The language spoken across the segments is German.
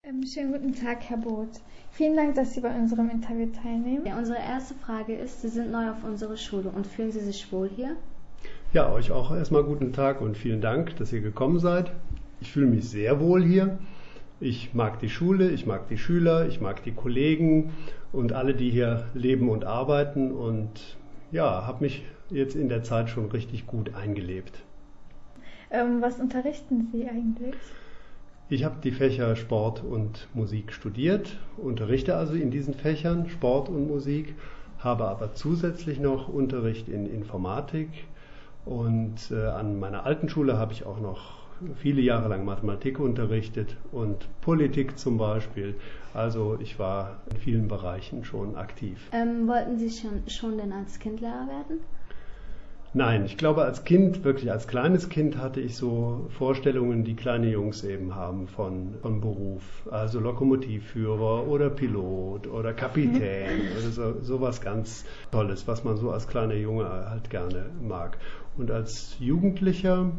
Schönen guten Tag, Herr Both. Vielen Dank, dass Sie bei unserem Interview teilnehmen. Ja, unsere erste Frage ist, Sie sind neu auf unserer Schule und fühlen Sie sich wohl hier? Ja, euch auch erstmal guten Tag und vielen Dank, dass ihr gekommen seid. Ich fühle mich sehr wohl hier. Ich mag die Schule, ich mag die Schüler, ich mag die Kollegen und alle, die hier leben und arbeiten und ja, habe mich jetzt in der Zeit schon richtig gut eingelebt. Was unterrichten Sie eigentlich? Ich habe die Fächer Sport und Musik studiert, unterrichte also in diesen Fächern Sport und Musik, habe aber zusätzlich noch Unterricht in Informatik und an meiner alten Schule habe ich auch noch viele Jahre lang Mathematik unterrichtet und Politik zum Beispiel. Also ich war in vielen Bereichen schon aktiv. Wollten Sie schon denn als Kind Lehrer werden? Nein, ich glaube als Kind, wirklich als kleines Kind hatte ich so Vorstellungen, die kleine Jungs eben haben von Beruf. Also Lokomotivführer oder Pilot oder Kapitän oder sowas ganz Tolles, was man so als kleiner Junge halt gerne mag. Und als Jugendlicher,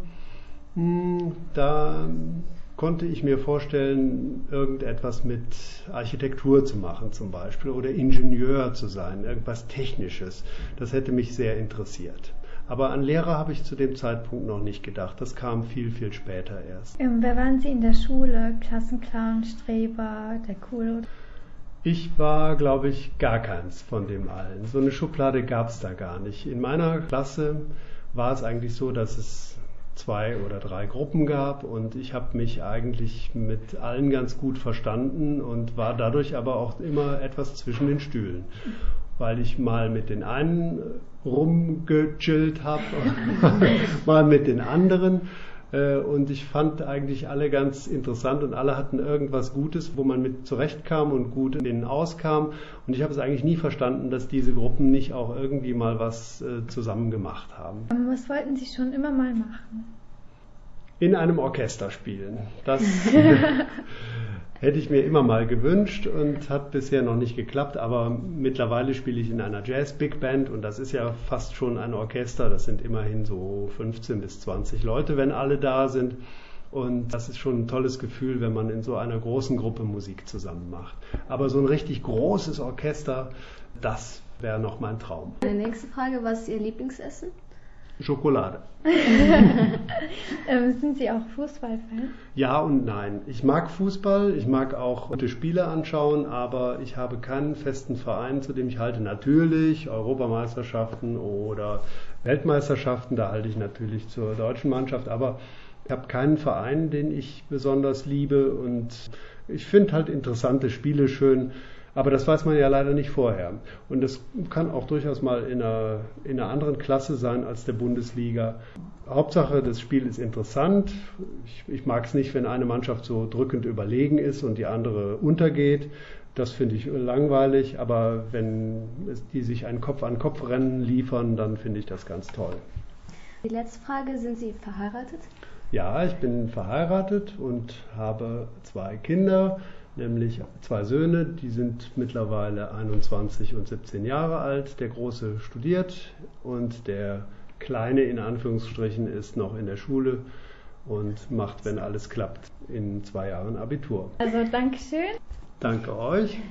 da konnte ich mir vorstellen, irgendetwas mit Architektur zu machen zum Beispiel oder Ingenieur zu sein, irgendwas Technisches. Das hätte mich sehr interessiert. Aber an Lehrer habe ich zu dem Zeitpunkt noch nicht gedacht. Das kam viel, viel später erst. Wer waren Sie in der Schule? Klassenclown, Streber, der Coole? Ich war, glaube ich, gar keins von dem allen. So eine Schublade gab es da gar nicht. In meiner Klasse war es eigentlich so, dass es 2 oder 3 Gruppen gab und ich habe mich eigentlich mit allen ganz gut verstanden und war dadurch aber auch immer etwas zwischen den Stühlen, weil ich mal mit den einen rumgechillt habe, mal mit den anderen und ich fand eigentlich alle ganz interessant und alle hatten irgendwas Gutes, wo man mit zurechtkam und gut in denen auskam und ich habe es eigentlich nie verstanden, dass diese Gruppen nicht auch irgendwie mal was zusammen gemacht haben. Was wollten Sie schon immer mal machen? In einem Orchester spielen. Das hätte ich mir immer mal gewünscht und hat bisher noch nicht geklappt, aber mittlerweile spiele ich in einer Jazz-Big Band und das ist ja fast schon ein Orchester, das sind immerhin so 15 bis 20 Leute, wenn alle da sind und das ist schon ein tolles Gefühl, wenn man in so einer großen Gruppe Musik zusammen macht. Aber so ein richtig großes Orchester, das wäre noch mein Traum. Die nächste Frage, was ist Ihr Lieblingsessen? Schokolade. Sind Sie auch Fußballfan? Ja und nein. Ich mag Fußball, ich mag auch gute Spiele anschauen, aber ich habe keinen festen Verein, zu dem ich halte. Natürlich Europameisterschaften oder Weltmeisterschaften, da halte ich natürlich zur deutschen Mannschaft, aber ich habe keinen Verein, den ich besonders liebe und ich finde halt interessante Spiele schön. Aber das weiß man ja leider nicht vorher. Und das kann auch durchaus mal in einer anderen Klasse sein als der Bundesliga. Hauptsache, das Spiel ist interessant. Ich mag es nicht, wenn eine Mannschaft so drückend überlegen ist und die andere untergeht. Das finde ich langweilig. Aber wenn die sich ein Kopf-an-Kopf-Rennen liefern, dann finde ich das ganz toll. Die letzte Frage, sind Sie verheiratet? Ja, ich bin verheiratet und habe 2 Kinder. Nämlich 2 Söhne, die sind mittlerweile 21 und 17 Jahre alt. Der Große studiert und der Kleine in Anführungsstrichen ist noch in der Schule und macht, wenn alles klappt, in 2 Jahren Abitur. Also Dankeschön. Danke euch.